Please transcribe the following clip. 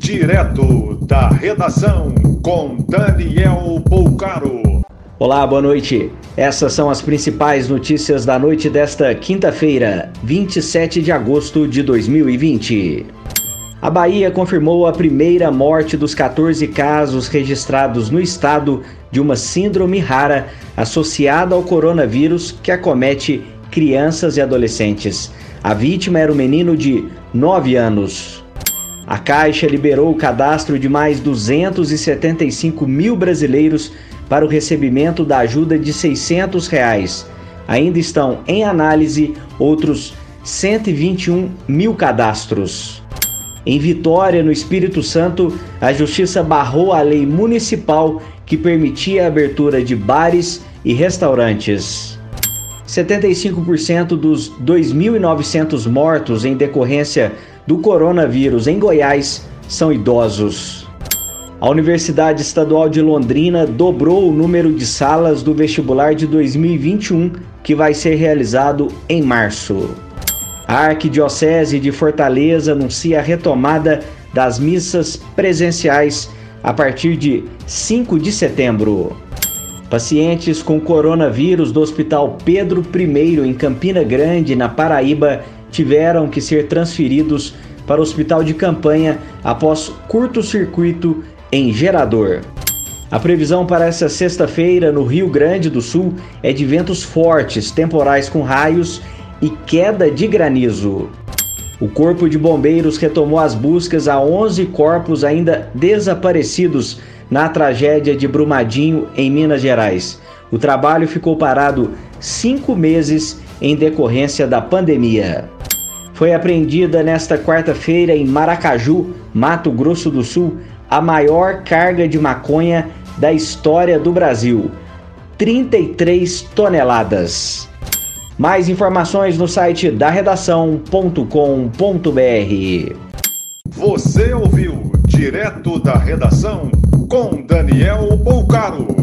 Direto da redação com Daniel Poucaro. Olá, boa noite. Essas são as principais notícias da noite desta quinta-feira, 27 de agosto de 2020. A Bahia confirmou a primeira morte dos 14 casos registrados no estado de uma síndrome rara associada ao coronavírus que acomete crianças e adolescentes. A vítima era um menino de 9 anos. A Caixa liberou o cadastro de mais 275 mil brasileiros para o recebimento da ajuda de R$ 600. Ainda estão em análise outros 121 mil cadastros. Em Vitória, no Espírito Santo, a Justiça barrou a lei municipal que permitia a abertura de bares e restaurantes. 75% dos 2.900 mortos em decorrência do coronavírus em Goiás são idosos. A Universidade Estadual de Londrina dobrou o número de salas do vestibular de 2021, que vai ser realizado em março. A Arquidiocese de Fortaleza anuncia a retomada das missas presenciais a partir de 5 de setembro. Pacientes com coronavírus do Hospital Pedro I, em Campina Grande, na Paraíba, tiveram que ser transferidos para o hospital de campanha após curto-circuito em gerador. A previsão para essa sexta-feira no Rio Grande do Sul é de ventos fortes, temporais com raios e queda de granizo. O Corpo de Bombeiros retomou as buscas a 11 corpos ainda desaparecidos na tragédia de Brumadinho, em Minas Gerais. O trabalho ficou parado 5 meses em decorrência da pandemia. Foi apreendida nesta quarta-feira em Maracaju, Mato Grosso do Sul, a maior carga de maconha da história do Brasil, 33 toneladas. Mais informações no site da redação.com.br. Você ouviu Direto da Redação com Daniel Poucaro.